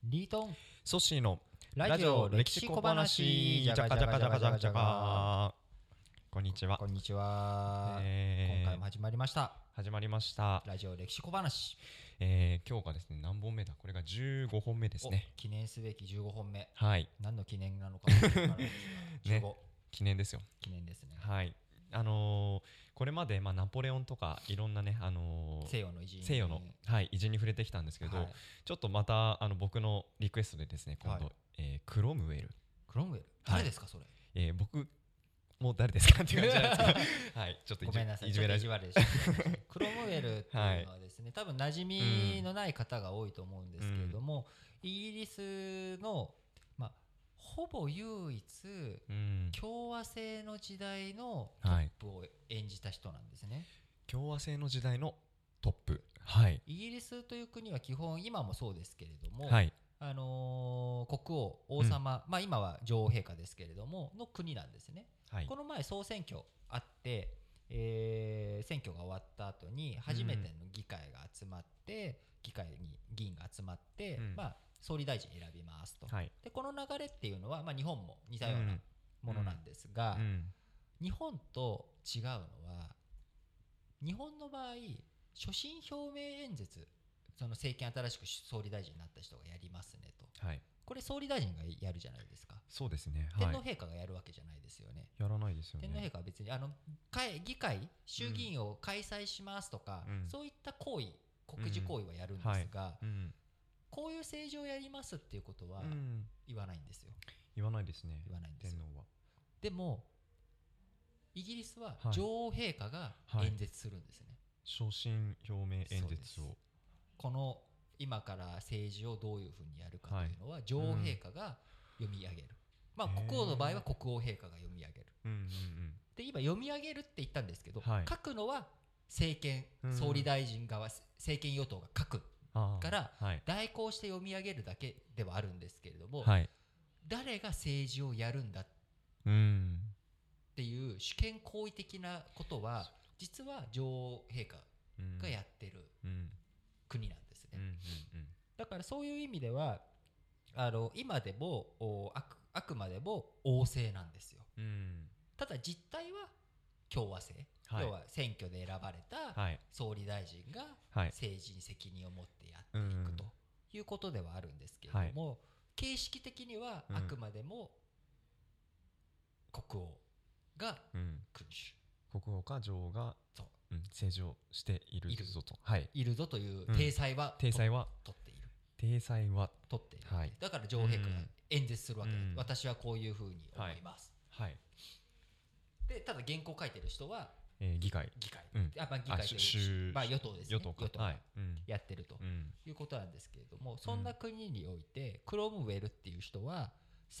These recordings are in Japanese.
リートンソッシーのラジオ歴史小話じゃかじゃかじゃかじゃかじゃか。こんにちは。 こんにちは、今回も始まりました。 始まりましたラジオ歴史小話、 今日がですね何本目だ。これが15本目ですね。 記念すべき15本目。 はい。 何の記念なのか分からないですが、15、 ね、記念ですよ。 記念ですね。 はい。これまで、ナポレオンとかいろんなね、 西洋の偉人、 西洋の、はい、偉人に触れてきたんですけど、 はい、 ちょっとまた僕のリクエストでですね今度、 はい、 クロムウェル。 クロムウェル誰ですか、それ。 僕もう誰ですかっていう感じなんですけどはい、ちょっとごめんなさい、 いじめられちょっと意地悪でしたクロムウェルっていうのはですね、はい、多分馴染みのない方が多いと思うんですけれども、イギリスの、ほぼ唯一、共和制の時代のトップを演じた人なんですね、はい、 共和制の時代のトップ、はい、 イギリスという国は基本今もそうですけれども、 はい、 国王、王様、今は女王陛下ですけれどもの国なんですね、はい、この前総選挙あって、選挙が終わった後に初めての議会が集まって、議会に議員が集まって、総理大臣選びますと、はい、でこの流れっていうのは、日本も似たようなものなんですが、日本と違うのは、日本の場合所信表明演説、その政権新しく総理大臣になった人がやりますねと、はい、これ総理大臣がやるじゃないですか。 そうですね、 天皇陛下がやるわけじゃないですよね。 やらないですよね。 天皇陛下は別に議会衆議院を開催しますとか、そういった行為、国事行為はやるんですが、こういう政治をやりますっていうことは言わないんですよ。 言わないですね。 言わないんですよ。 天皇は。 でもイギリスは女王陛下が演説するんですね、 所信表明演説を。 この今から政治をどういうふうにやるかというのは、女王陛下が読み上げる、国王の場合は国王陛下が読み上げる、で今読み上げるって言ったんですけど、書くのは政権、総理大臣側、政権与党が書くから代行して読み上げるだけではあるんですけれども、誰が政治をやるんだっていう主権行為的なことは実は女王陛下がやってる国なんですね。だからそういう意味では今でもあくまでも王政なんですよ。ただ実態は共和制、要は選挙で選ばれた総理大臣が政治に責任を持ってやっていくということではあるんですけれども、形式的にはあくまでも国王が君主、 国王か女王が政治をしているぞと、 いるぞという体裁は取っている。 体裁は取っている、だから女王陛下が演説するわけです、私はこういうふうに思います、でただ原稿を書いてる人は議会という与党ですね、与党がやってるということなんですけれども、そんな国においてクロムウェルっていう人は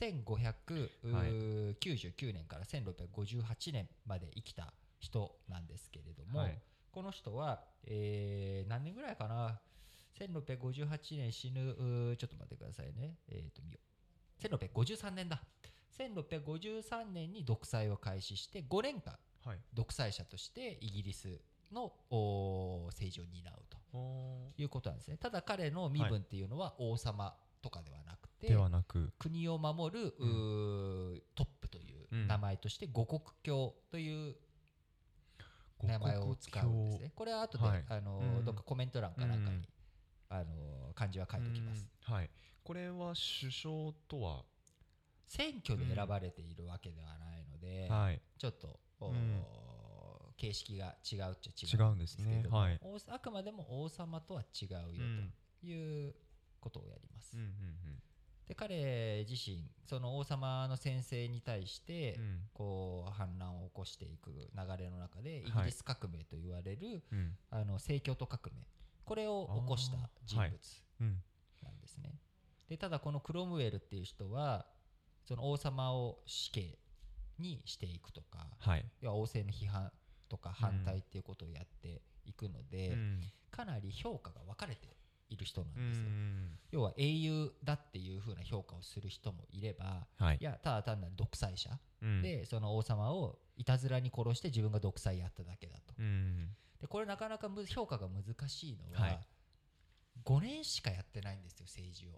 1599年から1658年まで生きた人なんですけれども、この人は、何年ぐらいかな、1658年死ぬ、ちょっと待ってくださいね、見よう、1653年だ、1653年に独裁を開始して5年間、独裁者としてイギリスの政治を担うということなんですね。ただ彼の身分っていうのは王様とかではなくて、国を守る、トップという名前として五国教という名前を使うんですね。これは後で、どっかコメント欄かなんかに、漢字は書いておきます、 これは首相とは選挙で選ばれているわけではないので、ちょっと形式が違うっちゃ違うんですけれども、あくまでも王様とは違うよということをやります。で彼自身その王様の専制に対してこう反乱を起こしていく流れの中で、イギリス革命と言われる正教徒革命、これを起こした人物なんですね。でただこのクロムウェルっていう人はその王様を死刑にしていくとか、要は王政の批判とか反対っていうことをやっていくので、かなり評価が分かれている人なんですよ。要は英雄だっていう風な評価をする人もいれば、いやただ単なる独裁者で、その王様をいたずらに殺して自分が独裁やっただけだと。でこれなかなか評価が難しいのは、5年しかやってないんですよ政治を。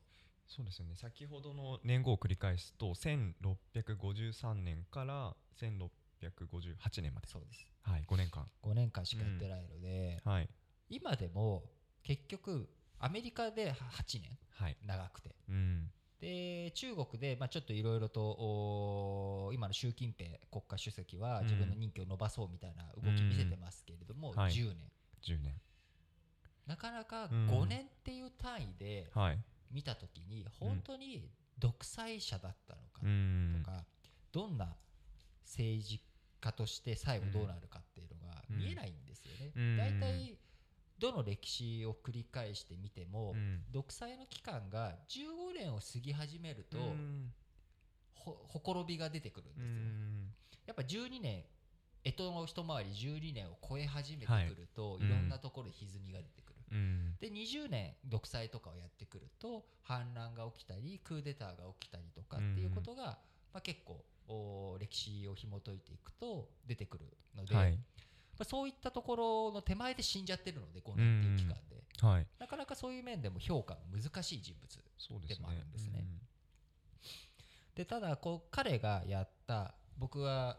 そうですよね。先ほどの年号を繰り返すと1653年から1658年まで。 そうです。 はい、 5年間しかやってないので、 はい、 今でも結局アメリカで8年、 はい、 長くて、 うんで中国で、ちょっといろいろと今の習近平国家主席は自分の任期を伸ばそうみたいな動き見せてますけれども、 はい、 10年 10年なかなか5年っていう単位で見た時に本当に独裁者だったのかとか、どんな政治家として最後どうなるかっていうのが見えないんですよね。だいたいどの歴史を繰り返してみても、独裁の期間が15年を過ぎ始めるとほころびが出てくるんですよ。やっぱ12年干支の一回り12年を超え始めてくると、いろんなところで歪みが出てくる。で20年独裁とかをやってくると反乱が起きたりクーデターが起きたりとかっていうことが、結構歴史を紐解いていくと出てくるので、そういったところの手前で死んじゃってるので5年っていう期間で、なかなかそういう面でも評価が難しい人物でもあるんですね。でただ彼がやった僕は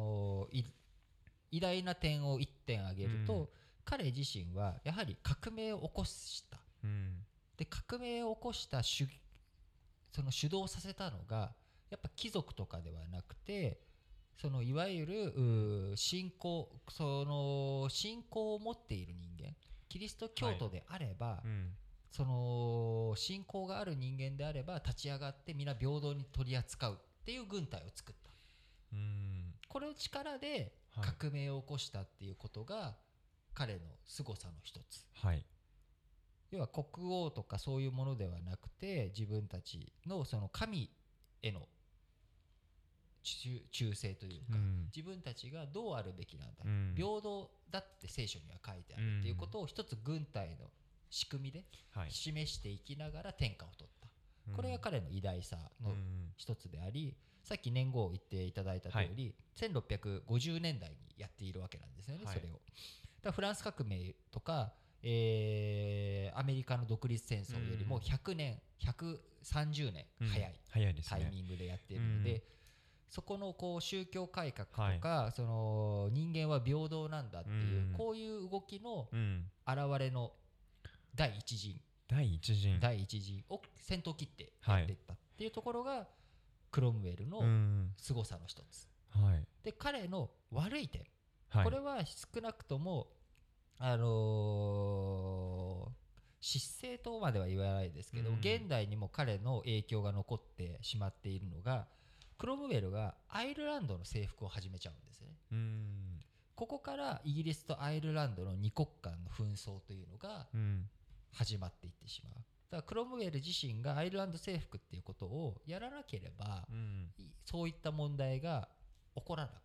偉大な点を1点挙げると、彼自身はやはり革命を起こした、で革命を起こしたその主導させたのがやっぱ貴族とかではなくて、そのいわゆる信仰を持っている人間、キリスト教徒であれば、その信仰がある人間であれば立ち上がって皆平等に取り扱うっていう軍隊を作った。これの力で革命を起こしたっていうことが彼の凄さの一つ、要は国王とかそういうものではなくて、自分たちのその神への忠誠というか、自分たちがどうあるべきなんだ、平等だって聖書には書いてあるっていうことを一つ軍隊の仕組みで示していきながら天下を取った、これが彼の偉大さの一つであり、さっき年号を言っていただいた通り、1650年代にやっているわけなんですよね、それを。だからフランス革命とか、アメリカの独立戦争よりも100年130年早いタイミングでやっているので、そこの宗教改革とか、その人間は平等なんだっていう、こういう動きの現れの第一陣を先頭切ってやっていったっていうところがクロムウェルの凄さの一つ、で彼の悪い点、これは少なくとも失勢とまでは言わないですけど、現代にも彼の影響が残ってしまっているのが、クロムウェルがアイルランドの征服を始めちゃうんですね。ここからイギリスとアイルランドの2国間の紛争というのが始まっていってしまう。だからクロムウェル自身がアイルランド征服っていうことをやらなければ、そういった問題が起こらなかった。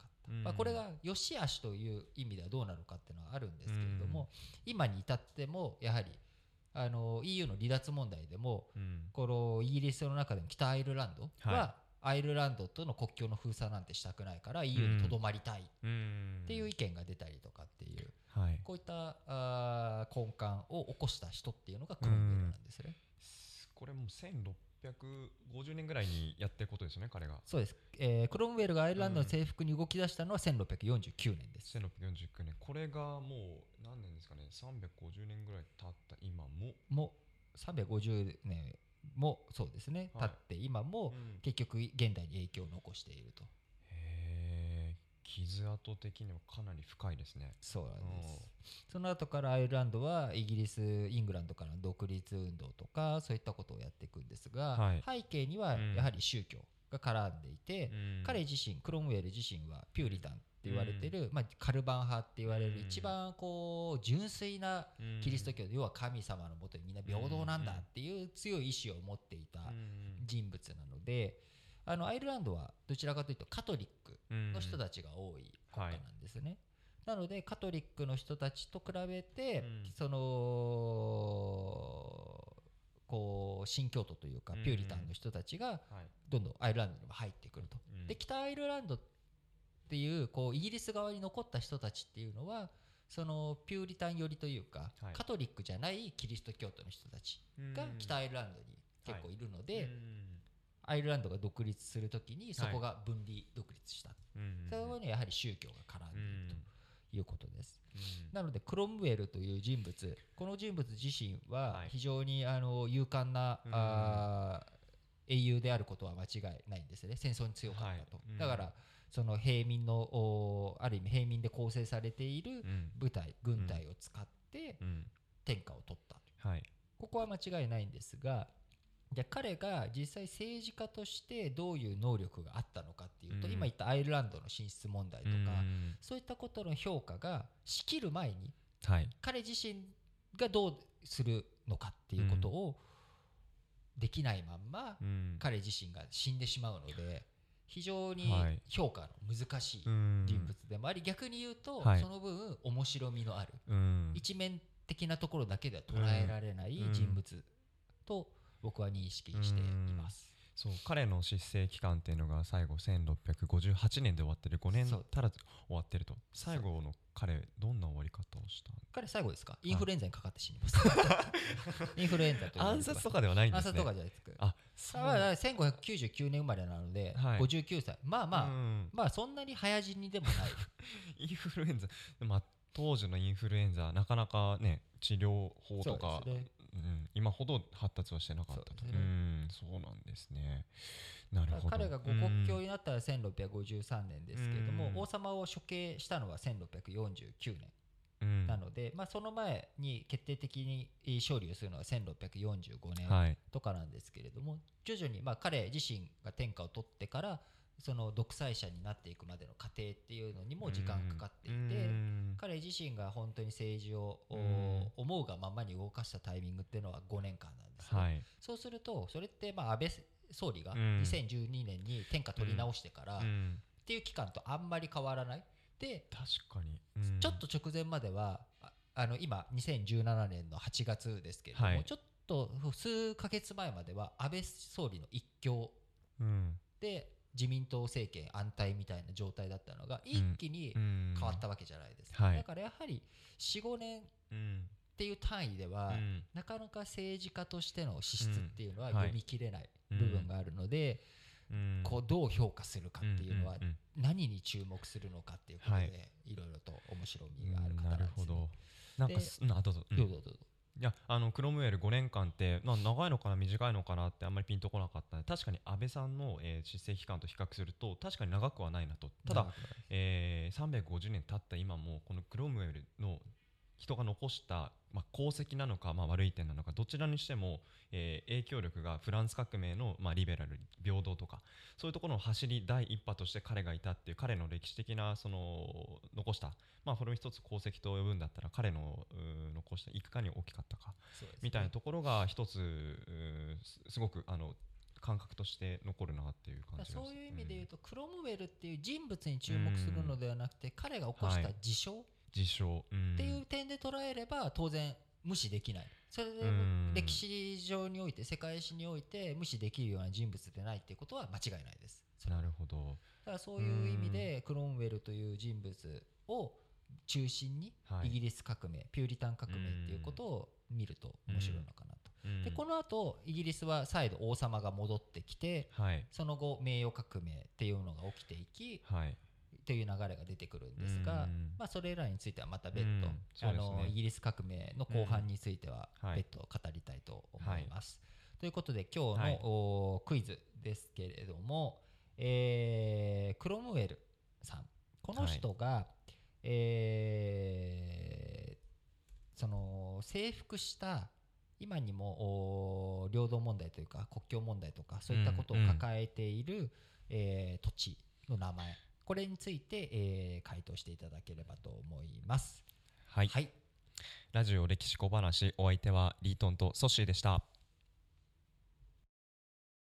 これが良し悪しという意味ではどうなのかっていうのはあるんですけれども、今に至ってもやはりEU の離脱問題でも、このイギリスの中でも北アイルランドは、アイルランドとの国境の封鎖なんてしたくないから EU にとどまりたいっていう意見が出たりとかっていう、こういった根幹を起こした人っていうのがクロムウェルなんですね。 これも1650年ぐらいにやってることですよね、彼が。 そうです。クロムウェルがアイルランドの征服に動き出したのは1649年です。 1649年。これがもう何年ですかね、350年ぐらい経った今も 350年もそうですね、経って今も結局現代に影響を残していると。 傷跡的にはかなり深いですね。 そうなんです。その後からアイルランドはイングランドからの独立運動とかそういったことをやっていくんですが、背景にはやはり宗教が絡んでいて、彼自身クロムウェル自身はピューリタンって言われてる、カルバン派って言われる一番純粋なキリスト教で、要は神様のもとにみんな平等なんだっていう強い意志を持っていた人物なので、アイルランドはどちらかというとカトリックの人たちが多い国家なんですね。なのでカトリックの人たちと比べて、その新教徒というかピューリタンの人たちがどんどんアイルランドにも入ってくると。で北アイルランドっていうイギリス側に残った人たちっていうのは、そのピューリタン寄りというか、カトリックじゃないキリスト教徒の人たちが北アイルランドに結構いるので、アイルランドが独立するときにそこが分離独立した、そこにやはり宗教が絡んでいるということです。なのでクロムウェルという人物、この人物自身は非常に勇敢な英雄であることは間違いないんですね。戦争に強かったと、だからその平民のある意味平民で構成されている軍隊を使って天下を取った、ここは間違いないんですが、じゃあ彼が実際政治家としてどういう能力があったのかっていうと、今言ったアイルランドの進出問題とか、そういったことの評価がしきる前に、彼自身がどうするのかっていうことをできないまんま、彼自身が死んでしまうので、非常に評価の難しい人物でもあり、逆に言うとその分面白みのある、一面的なところだけでは捉えられない人物と僕は認識しています。 そう、彼の執政期間っていうのが最後1658年で終わってる、5年足らず終わってると。最後の彼どんな終わり方をしたの？ 彼最後ですか？インフルエンザにかかって死にます。インフルエンザという暗殺とかではないんですね。 暗殺とかじゃないですか。1599年生まれなので、59歳、まあそんなに早死にでもない。 インフルエンザ、当時のインフルエンザなかなかね、治療法とか今ほど発達はしてなかったと。そうなんですね。なるほど。 彼がご国教になったら1653年ですけれども、王様を処刑したのは1649年なので、その前に決定的に勝利をするのは1645年とかなんですけれども、徐々に彼自身が天下を取ってからその独裁者になっていくまでの過程っていうのにも時間かかっていて、彼自身が本当に政治を思うがままに動かしたタイミングっていうのは5年間なんですね。そうするとそれって安倍総理が2012年に天下取り直してからっていう期間とあんまり変わらない。で、 確かにちょっと直前までは今2017年の8月ですけれども、ちょっと数ヶ月前までは安倍総理の一強で自民党政権安泰みたいな状態だったのが一気に変わったわけじゃないですか。だからやはり 4,5 年っていう単位ではなかなか政治家としての資質っていうのは読み切れない部分があるので、こうどう評価するかっていうのは何に注目するのかっていうことでいろいろと面白みがある方なんですね。 なんかどうぞ。いや、クロムウェル5年間って長いのかな短いのかなってあんまりピンとこなかったので、確かに安倍さんの執政期間と比較すると確かに長くはないなと。ただ、350年経った今もこのクロムウェルの人が残した功績なのか悪い点なのか、どちらにしても影響力がフランス革命のリベラル平等とかそういうところの走り第一波として彼がいたっていう、彼の歴史的なその残したこれを一つ功績と呼ぶんだったら彼の残したいかに大きかったかみたいなところが一つすごく感覚として残るなっていう感じが。 そういう意味で言うと、クロムウェルっていう人物に注目するのではなくて、彼が起こした事象っていう点で捉えれば当然無視できない。それで歴史上において世界史において無視できるような人物でないっていうことは間違いないです。 なるほど。 だからそういう意味でクロムウェルという人物を中心にイギリス革命、ピューリタン革命っていうことを見ると面白いのかなと。でこの後イギリスは再度王様が戻ってきて、その後名誉革命っていうのが起きていき、という流れが出てくるんですが、それらについてはまた別途、イギリス革命の後半については別途語りたいと思います。ということで今日のクイズですけれども、クロムウェルさん、この人が、その征服した今にも領土問題というか国境問題とかそういったことを抱えている、土地の名前、これについて、回答していただければと思います。 はい、ラジオ歴史小話、お相手はリートンとソッシーでした。